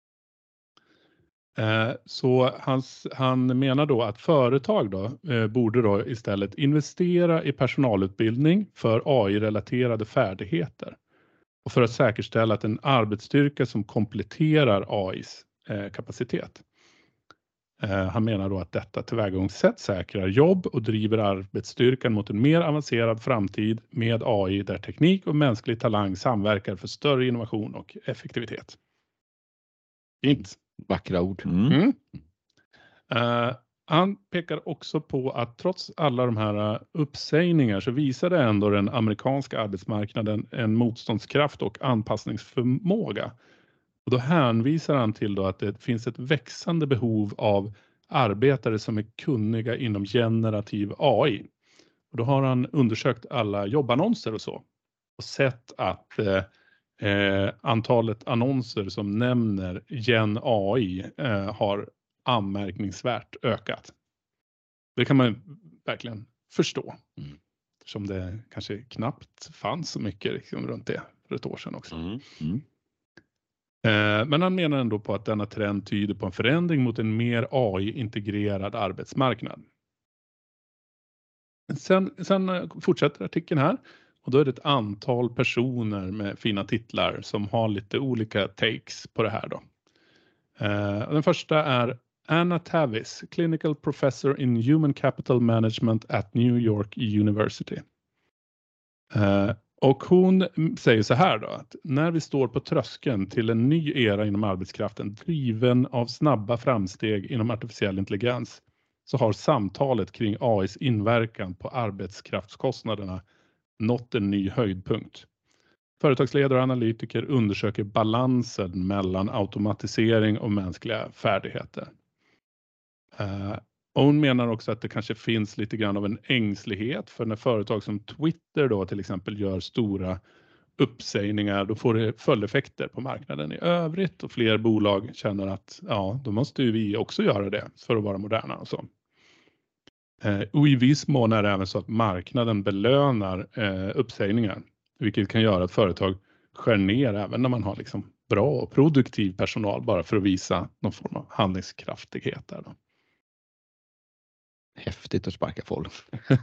Speaker 3: Eh, så hans, han menar då att företag då, eh, borde då istället investera i personalutbildning för A I-relaterade färdigheter. Och för att säkerställa att en arbetsstyrka som kompletterar A Is eh, kapacitet. Eh, han menar då att detta tillvägagångssätt säkrar jobb och driver arbetsstyrkan mot en mer avancerad framtid med A I där teknik och mänsklig talang samverkar för större innovation och effektivitet. Fint.
Speaker 2: Vackra ord.
Speaker 3: Mm. Mm. Eh, han pekar också på att trots alla de här uppsägningar så visar det ändå den amerikanska arbetsmarknaden en motståndskraft och anpassningsförmåga. Och då hänvisar han till då att det finns ett växande behov av arbetare som är kunniga inom generativ A I. Och då har han undersökt alla jobbannonser och så. Och sett att eh, antalet annonser som nämner gen A I eh, har anmärkningsvärt ökat. Det kan man verkligen förstå. Mm. Som det kanske knappt fanns så mycket liksom runt det för ett år sedan också.
Speaker 1: Mm. Mm.
Speaker 3: Eh, men han menar ändå på att denna trend tyder på en förändring mot en mer A I-integrerad arbetsmarknad. Sen, sen fortsätter artikeln här. Och då är det ett antal personer med fina titlar som har lite olika takes på det här då. Eh, den första är Anna Tavis, Clinical Professor in Human Capital Management at New York University. Uh, och hon säger så här då, att när vi står på tröskeln till en ny era inom arbetskraften driven av snabba framsteg inom artificiell intelligens, så har samtalet kring A I:s inverkan på arbetskraftskostnaderna nått en ny höjdpunkt. Företagsledare och analytiker undersöker balansen mellan automatisering och mänskliga färdigheter. Uh, och hon menar också att det kanske finns lite grann av en ängslighet för när företag som Twitter då till exempel gör stora uppsägningar, då får det följdeffekter på marknaden i övrigt och fler bolag känner att ja, då måste ju vi också göra det för att vara moderna och så. Uh, och i viss mån är det även så att marknaden belönar uh, uppsägningar, vilket kan göra att företag skär ner även när man har liksom bra och produktiv personal bara för att visa någon form av handlingskraftighet där då.
Speaker 2: Häftigt att sparka folk.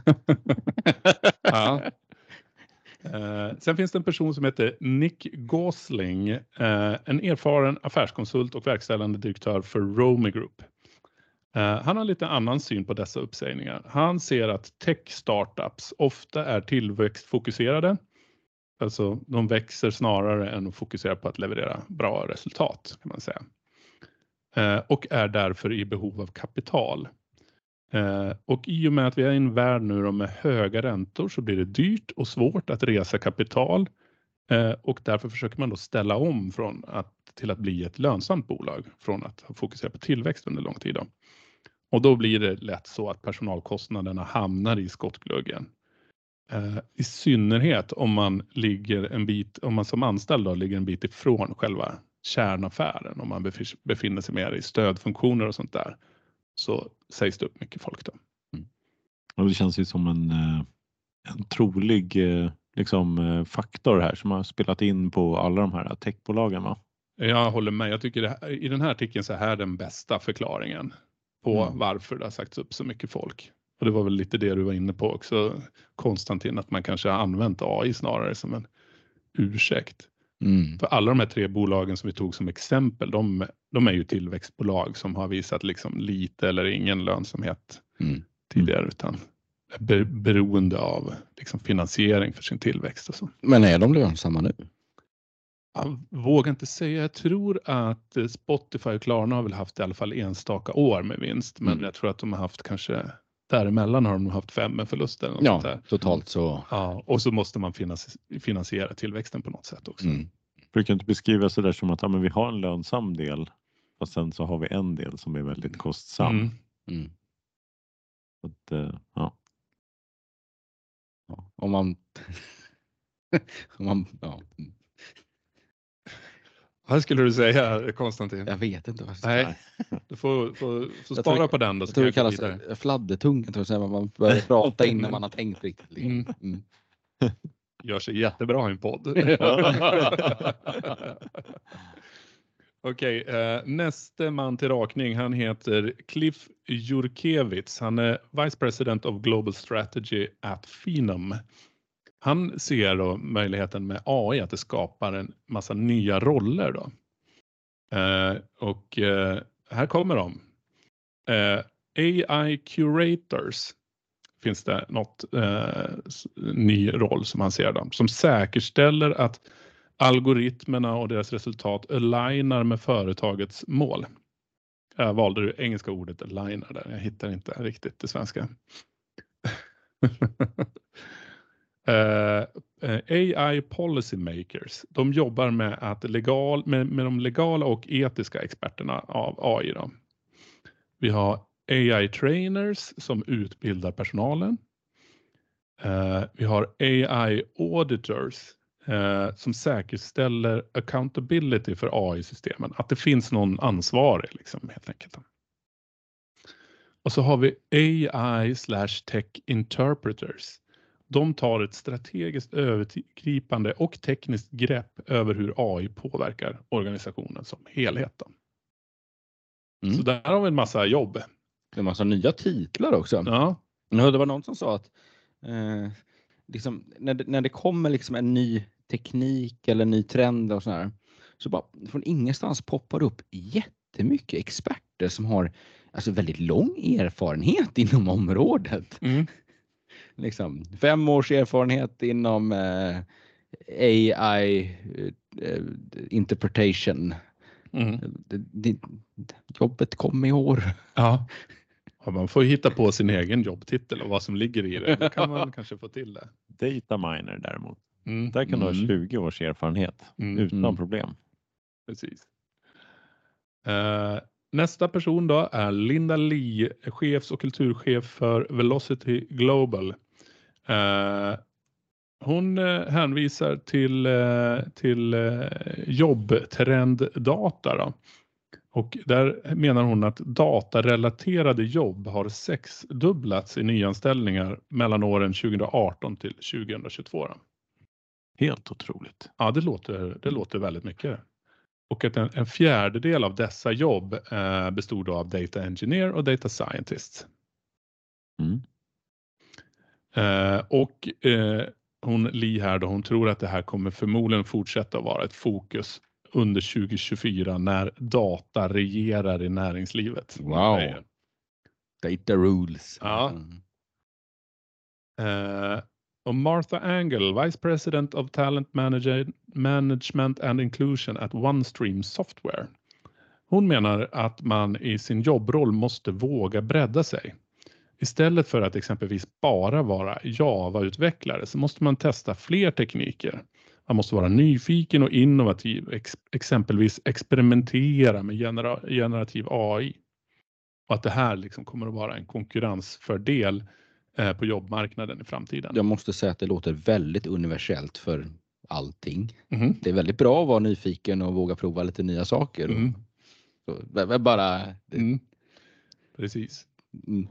Speaker 3: Ja. Uh, sen finns det en person som heter Nick Gosling, uh, en erfaren affärskonsult och verkställande direktör för Romi Group. Uh, han har lite annan syn på dessa uppsägningar. Han ser att tech-startups ofta är tillväxtfokuserade. Alltså de växer snarare än att fokusera på att leverera bra resultat kan man säga. Uh, och är därför i behov av kapital. Uh, och i och med att vi är i en värld nu då med höga räntor så blir det dyrt och svårt att resa kapital. Uh, och därför försöker man då ställa om från att, till att bli ett lönsamt bolag från att fokusera på tillväxt under lång tid. Då. Och då blir det lätt så att personalkostnaderna hamnar i skottgluggen. Uh, I synnerhet om man ligger en bit, om man som anställd då ligger en bit ifrån själva kärnaffären, om man befinner sig mer i stödfunktioner och sånt där. Så sägs det upp mycket folk då.
Speaker 1: Mm. Och det känns ju som en, en trolig liksom, faktor här som har spelat in på alla de här techbolagen, va?
Speaker 3: Jag håller med. Jag tycker det här, i den här artikeln så här är den bästa förklaringen på
Speaker 1: Mm.
Speaker 3: varför det har sagts upp så mycket folk. Och det var väl lite det du var inne på också, Konstantin, att man kanske har använt A I snarare som en ursäkt.
Speaker 2: Mm.
Speaker 3: För alla de här tre bolagen som vi tog som exempel, de, de är ju tillväxtbolag som har visat liksom lite eller ingen lönsamhet
Speaker 2: Mm.
Speaker 3: tidigare, utan är be- beroende av liksom finansiering för sin tillväxt och så.
Speaker 2: Men är de lönsamma nu?
Speaker 3: Jag vågar inte säga. Jag tror att Spotify och Klarna har väl haft i alla fall enstaka år med vinst, men
Speaker 2: Mm.
Speaker 3: jag tror att de har haft kanske däremellan har de nog haft fem med förluster. Eller något sånt
Speaker 2: Ja,
Speaker 3: där.
Speaker 2: totalt så.
Speaker 3: Ja, och så måste man finans- finansiera tillväxten på något sätt också.
Speaker 2: Mm.
Speaker 1: Brukar inte beskriva så där som att ja, men vi har en lönsam del och sen så har vi en del som är väldigt kostsam.
Speaker 3: Mm.
Speaker 2: Mm.
Speaker 1: Så att, eh, ja.
Speaker 2: Ja, om man... om man ja.
Speaker 3: Vad skulle du säga, Konstantin?
Speaker 2: Jag vet inte vad jag ska
Speaker 3: Nej,
Speaker 2: säga.
Speaker 3: du får, får, får
Speaker 2: Jag
Speaker 3: spara
Speaker 2: tror-
Speaker 3: på den då.
Speaker 2: Jag
Speaker 3: Ska
Speaker 2: tror det
Speaker 3: jag gå
Speaker 2: kallas
Speaker 3: vidare.
Speaker 2: fladdertunga, tror jag, man börjar prata innan man har tänkt riktigt. liksom.
Speaker 3: Mm.
Speaker 2: Mm.
Speaker 3: Gör sig jättebra i en podd. Okej, eh, nästa man till rakning, han heter Cliff Jurkevits. Han är Vice President of Global Strategy at Phenom. Han ser då möjligheten med A I att det skapar en massa nya roller då. Eh, och eh, här kommer de. Eh, A I Curators finns det något eh, ny roll som han ser dem, som säkerställer att algoritmerna och deras resultat alignar med företagets mål. Jag valde det engelska ordet alignar där. Jag hittar inte riktigt det svenska. uh, A I policy makers. De jobbar med, att legal, med, med de legala och etiska experterna av A I. Då. Vi har A I trainers som utbildar personalen. Uh, vi har A I auditors uh, som säkerställer accountability för A I-systemen. Att det finns någon ansvarig liksom, helt enkelt. Och så har vi A I slash tech interpreters. De tar ett strategiskt övergripande och tekniskt grepp över hur A I påverkar organisationen som helhet. Då.
Speaker 2: Mm.
Speaker 3: Så där har vi en massa jobb.
Speaker 2: Det är en massa nya titlar också.
Speaker 3: Ja.
Speaker 2: Nu, det var någon som sa att eh, liksom, när, det, när det kommer liksom en ny teknik eller en ny trend och sådär, så bara från ingenstans poppar upp jättemycket experter experter som har alltså väldigt lång erfarenhet inom området.
Speaker 3: Mm.
Speaker 2: Liksom, fem års erfarenhet inom eh, A I eh, interpretation.
Speaker 3: Mm.
Speaker 2: Det, det, jobbet kom i år.
Speaker 3: Ja. Ja, man får hitta på sin egen jobbtitel och vad som ligger i det. Då kan man kanske få till det.
Speaker 1: Data miner däremot.
Speaker 3: Mm.
Speaker 1: Där kan du ha
Speaker 2: Mm.
Speaker 1: tjugo års erfarenhet
Speaker 3: Mm.
Speaker 1: utan
Speaker 2: Mm.
Speaker 1: problem.
Speaker 3: Precis. Eh, nästa person då är Linda Lee, chefs- och kulturchef för Velocity Global. Eh, hon eh, hänvisar till, eh, till eh, jobbtrenddata då. Och där menar hon att datarelaterade jobb har sexdubblats i nyanställningar mellan åren tjugoarton till tjugohundratjugotvå. Då.
Speaker 1: Helt otroligt.
Speaker 3: Ja, det låter, det låter väldigt mycket. Och att en, en fjärdedel av dessa jobb eh, bestod då av data engineer och data scientist.
Speaker 1: Mm.
Speaker 3: Eh, och eh, hon Li här då, hon tror att det här kommer förmodligen fortsätta vara ett fokus under tjugohundratjugofyra när data regerar i näringslivet.
Speaker 2: Wow. Data rules.
Speaker 3: Ja.
Speaker 2: Mm.
Speaker 3: Eh, och Martha Angle, Vice President of Talent Manager, Management and Inclusion at OneStream Software. Hon menar att man i sin jobbroll måste våga bredda sig. Istället för att exempelvis bara vara Java-utvecklare så måste man testa fler tekniker. Man måste vara nyfiken och innovativ, ex- exempelvis experimentera med genera- generativ A I. Och att det här liksom kommer att vara en konkurrensfördel eh, på jobbmarknaden i framtiden.
Speaker 2: Jag måste säga att det låter väldigt universellt för allting.
Speaker 3: Mhm.
Speaker 2: Det är väldigt bra att vara nyfiken och våga prova lite nya saker.
Speaker 3: Mm.
Speaker 2: Och, så, bara... Det,
Speaker 3: Mm. Precis.
Speaker 2: mm.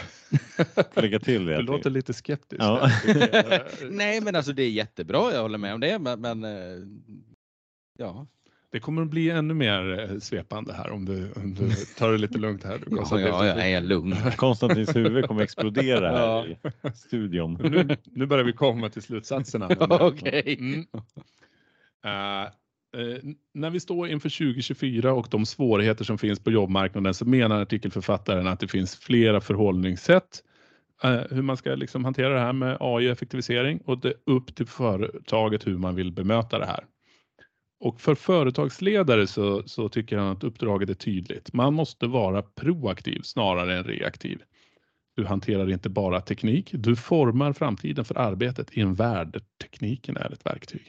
Speaker 1: Lägga till det.
Speaker 3: Du låter lite skeptisk.
Speaker 1: Ja.
Speaker 3: där.
Speaker 2: Nej, men alltså det är jättebra, jag håller med om det. Men, men eh, ja.
Speaker 3: Det kommer att bli ännu mer eh, svepande här om du, om du tar det lite lugnt här. Du
Speaker 2: Ja,
Speaker 3: konstaterar-
Speaker 2: ja, jag är lugn.
Speaker 1: Konstantins huvud kommer explodera här
Speaker 2: Ja.
Speaker 1: i studion.
Speaker 3: nu, nu börjar vi komma till slutsatserna.
Speaker 2: Okej.
Speaker 3: Mm. Eh, eh, när vi står inför tjugohundratjugofyra och de svårigheter som finns på jobbmarknaden så menar artikelförfattaren att det finns flera förhållningssätt eh, hur man ska liksom hantera det här med A I-effektivisering och det är upp till företaget hur man vill bemöta det här. Och för företagsledare så, så tycker han att uppdraget är tydligt. Man måste vara proaktiv snarare än reaktiv. Du hanterar inte bara teknik, du formar framtiden för arbetet i en värld där tekniken är ett verktyg.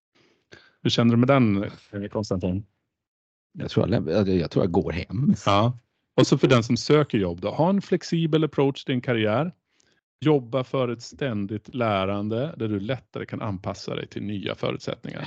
Speaker 3: Hur känner du med den, Konstantin?
Speaker 2: Jag tror jag, jag, jag tror jag går hem.
Speaker 3: Ja. Och så för den som söker jobb då, ha en flexibel approach till din karriär. Jobba för ett ständigt lärande där du lättare kan anpassa dig till nya förutsättningar.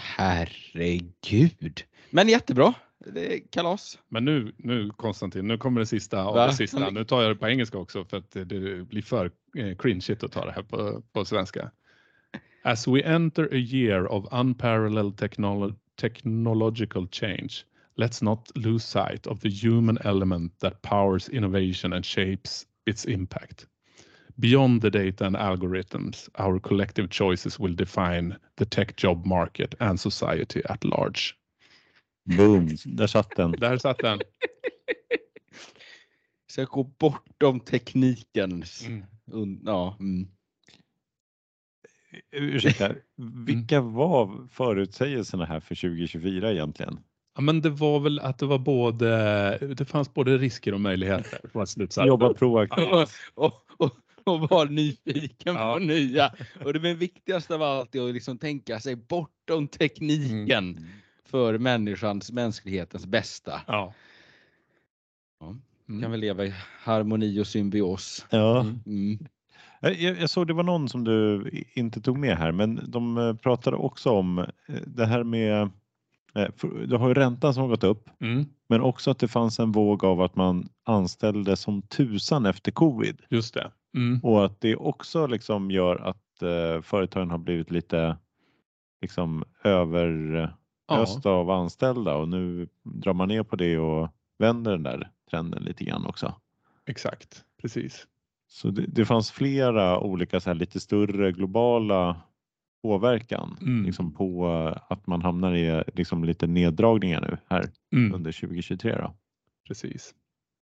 Speaker 2: Herregud. Men jättebra. Det är kalas.
Speaker 3: Men nu, nu Konstantin, nu kommer det sista av
Speaker 2: Va?
Speaker 3: det sista. Nu tar jag det på engelska också för att det, det blir för eh, cringeigt att ta det här på, på svenska. As we enter a year of unparalleled technolo- technological change, let's not lose sight of the human element that powers innovation and shapes its impact. Beyond the data and algorithms, our collective choices will define the tech job market and society at large.
Speaker 1: Boom, där satt den.
Speaker 3: Där satt den.
Speaker 2: Så jag går bortom teknikens...
Speaker 3: Mm.
Speaker 2: Un, ja, mm.
Speaker 1: Ursäkta, vilka var förutsägelserna här för tjugohundratjugofyra egentligen?
Speaker 3: Ja, men det var väl att det var både, det fanns både risker och möjligheter. Var slutsatsen.
Speaker 1: Jobba proaktivt.
Speaker 2: och, och, och, och vara nyfiken
Speaker 3: Ja.
Speaker 2: på nya. Och det viktigaste av allt är att liksom tänka sig bortom tekniken
Speaker 1: Mm.
Speaker 2: för människans, mänsklighetens bästa.
Speaker 3: Ja.
Speaker 2: Ja.
Speaker 3: Mm.
Speaker 2: Kan vi leva i harmoni och symbios.
Speaker 1: Ja.
Speaker 3: Mm.
Speaker 2: Mm.
Speaker 1: Jag, jag såg det var någon som du inte tog med här, men de eh, pratade också om eh, det här med, eh, för- du har ju räntan som har gått upp,
Speaker 3: Mm.
Speaker 1: men också att det fanns en våg av att man anställde som tusan efter covid.
Speaker 3: Just det. Mm.
Speaker 1: Och att det också liksom gör att eh, företagen har blivit lite liksom överösta
Speaker 3: Ja.
Speaker 1: av anställda och nu drar man ner på det och vänder den där trenden lite grann också.
Speaker 3: Exakt, precis.
Speaker 1: Så det, det fanns flera olika så här lite större globala påverkan
Speaker 3: Mm.
Speaker 1: liksom på eh, att man hamnar i liksom lite neddragningar nu här
Speaker 3: Mm.
Speaker 1: under tjugohundratjugotre då.
Speaker 3: Precis.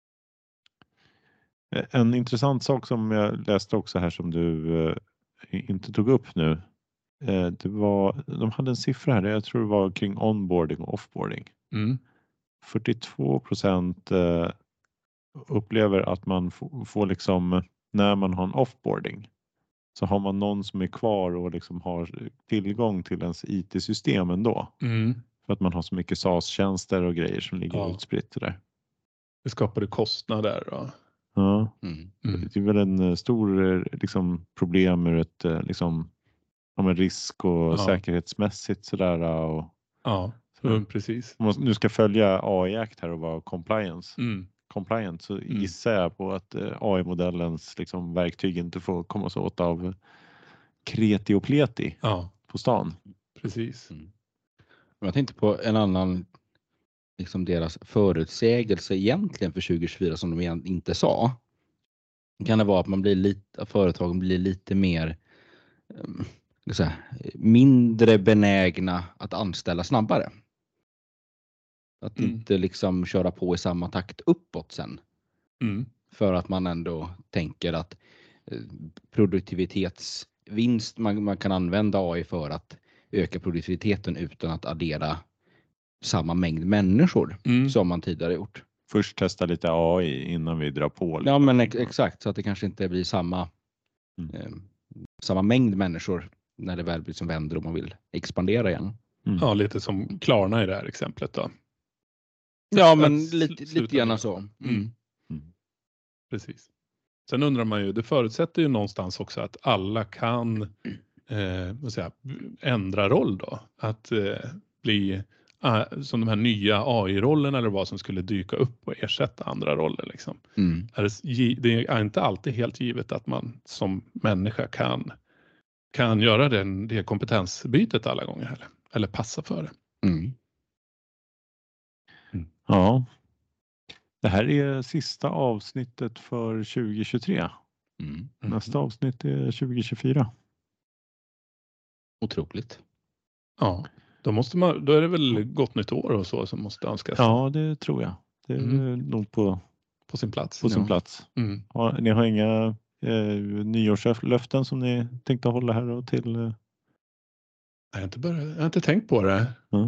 Speaker 1: En intressant sak som jag läste också här som du eh, inte tog upp nu. Eh, det var, de hade en siffra här, jag tror det var kring onboarding och offboarding.
Speaker 3: Mm.
Speaker 1: fyrtiotvå procent eh, upplever att man f- får liksom, när man har en offboarding så har man någon som är kvar och liksom har tillgång till ens I T-system ändå.
Speaker 3: Mm.
Speaker 1: För att man har så mycket S A S-tjänster och grejer som ligger
Speaker 3: Ja.
Speaker 1: utspritt där.
Speaker 3: Det skapade kostnader. Då.
Speaker 1: Ja.
Speaker 2: Mm.
Speaker 3: Mm.
Speaker 1: Det är väl en eh, stor eh, liksom, problem ur ett eh, liksom, ja, men risk och
Speaker 3: Ja.
Speaker 1: säkerhetsmässigt sådär. Och,
Speaker 3: Ja,
Speaker 1: så.
Speaker 3: mm, precis.
Speaker 1: Om man nu ska följa A I-akt här och vara compliance,
Speaker 3: Mm.
Speaker 1: compliant så
Speaker 3: Mm.
Speaker 1: gissar jag på att eh, A I-modellens liksom, verktyg inte får komma så åt av kreti och pleti
Speaker 3: Ja,
Speaker 1: på stan.
Speaker 3: precis.
Speaker 2: Mm. Jag tänkte på en annan, liksom deras förutsägelse egentligen för tjugo tjugofyra som de egentligen inte sa. Kan det vara att man blir lite, att företagen blir lite mer um, så här, mindre benägna att anställa snabbare. Att
Speaker 3: Mm.
Speaker 2: inte liksom köra på i samma takt uppåt sen.
Speaker 3: Mm.
Speaker 2: För att man ändå tänker att eh, produktivitetsvinst, man, man kan använda A I för att öka produktiviteten utan att addera samma mängd människor
Speaker 3: Mm.
Speaker 2: som man tidigare gjort.
Speaker 1: Först testa lite A I innan vi drar på.
Speaker 2: Ja, men ex- exakt, så att det kanske inte blir samma
Speaker 1: Mm.
Speaker 2: eh, samma mängd människor när det väl blir som vänder och man vill expandera igen.
Speaker 1: Mm.
Speaker 3: Ja, lite som Klarna i det här exemplet då.
Speaker 2: Ja,
Speaker 3: Att
Speaker 2: men
Speaker 3: sl-
Speaker 2: lite,
Speaker 3: sluta
Speaker 2: lite gärna
Speaker 3: med.
Speaker 2: så. Mm.
Speaker 3: Mm. Precis. Sen undrar man ju, det förutsätter ju någonstans också att alla kan eh, vad säger jag, ändra roll då. Att eh, bli eh, som de här nya A I-rollerna eller vad som skulle dyka upp och ersätta andra roller. Liksom.
Speaker 2: Mm.
Speaker 3: Är det, gi- det är inte alltid helt givet att man som människa kan, kan göra den, det kompetensbytet alla gånger heller. Eller passa för det.
Speaker 2: Mm.
Speaker 1: Ja. Det här är sista avsnittet för tjugo tjugotre.
Speaker 2: Mm.
Speaker 1: Nästa avsnitt är tjugo tjugofyra.
Speaker 2: Otroligt.
Speaker 3: Ja, då, måste man, då är det väl gott nytt år och så som måste önskas
Speaker 1: Ja, det tror jag. Det är
Speaker 3: Mm.
Speaker 1: nog på,
Speaker 3: på sin plats.
Speaker 1: på sin
Speaker 2: Ja.
Speaker 1: plats.
Speaker 3: Mm.
Speaker 1: Ja, ni har inga eh, nyårslöften som ni tänkte hålla här och till? Eh,
Speaker 3: Jag, har inte börjat, jag har inte tänkt på det.
Speaker 1: ja.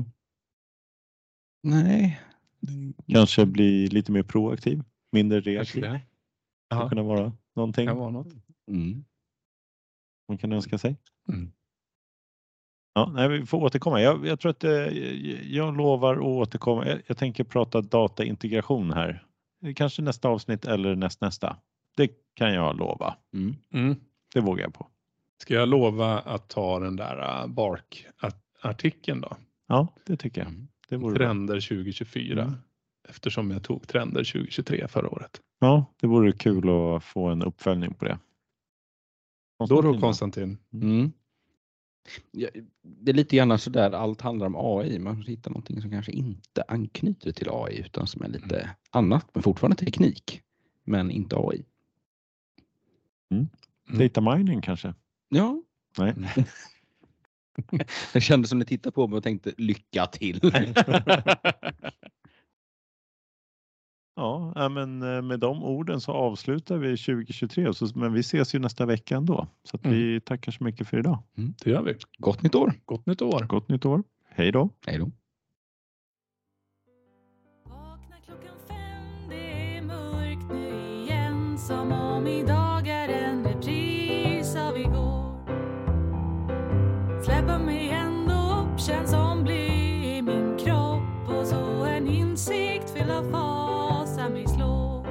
Speaker 2: Nej.
Speaker 1: Kanske bli lite mer proaktiv, mindre
Speaker 3: Kanske
Speaker 1: reaktiv.
Speaker 3: det.
Speaker 1: Det
Speaker 3: Ja,
Speaker 1: kunna vara någonting
Speaker 3: kan vara något.
Speaker 2: Mm.
Speaker 1: man kan önska sig.
Speaker 3: Mm.
Speaker 1: Ja, nej, vi får återkomma. Jag, jag tror att eh, jag lovar att återkomma. Jag, jag tänker prata dataintegration här. Kanske nästa avsnitt eller nästnästa. Det kan jag lova.
Speaker 2: Mm.
Speaker 3: Mm.
Speaker 1: Det vågar jag på.
Speaker 3: Ska jag lova att ta den där uh, Bark-artikeln då?
Speaker 1: Ja, det tycker jag.
Speaker 2: Mm.
Speaker 1: Det vore bra.
Speaker 3: Trender tjugo tjugofyra.
Speaker 1: Mm.
Speaker 3: Eftersom jag tog trender tjugo tjugotre förra året.
Speaker 1: Ja, det vore kul att få en uppföljning på det.
Speaker 3: Då då Konstantin.
Speaker 2: Mm. Ja, det är lite grann så där allt handlar om A I. Man måste hitta någonting som kanske inte anknyter till A I utan som är lite
Speaker 3: Mm.
Speaker 2: annat. Men fortfarande teknik. Men inte A I.
Speaker 3: Mm.
Speaker 1: Data mining kanske?
Speaker 2: Ja.
Speaker 1: Nej.
Speaker 3: Mm.
Speaker 2: Jag kände som ni tittade på mig och tänkte lycka till.
Speaker 1: Ja, ja, men med de orden så avslutar vi tjugo tjugotre. Så, men vi ses ju nästa vecka ändå. Så att vi tackar så mycket för idag.
Speaker 3: Det gör vi.
Speaker 2: Gott nytt år.
Speaker 3: Gott nytt år.
Speaker 1: Gott nytt år. Hej då.
Speaker 2: Hej då.
Speaker 4: Vakna klockan fem, det är mörkt nu igen. Som om idag är en repris av igår. Släpper mig ändå upp, känns som bly i min kropp. Och så en insikt fylld av fasa mig slår.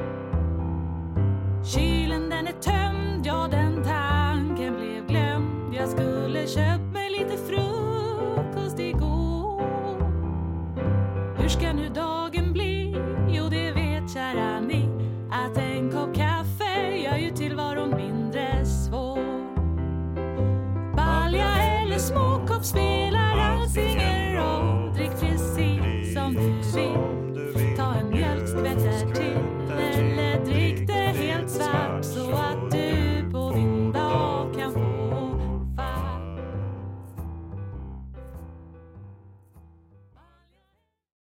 Speaker 4: Kylen den är tömd, ja den tanken blev glömd. Jag skulle köpt mig lite frukost igår. Hur ska nu dagen bli? Jo, det vet kära ni, att en kopp kaffe gör ju tillvaron mindre svår. Balja eller småkoppsspel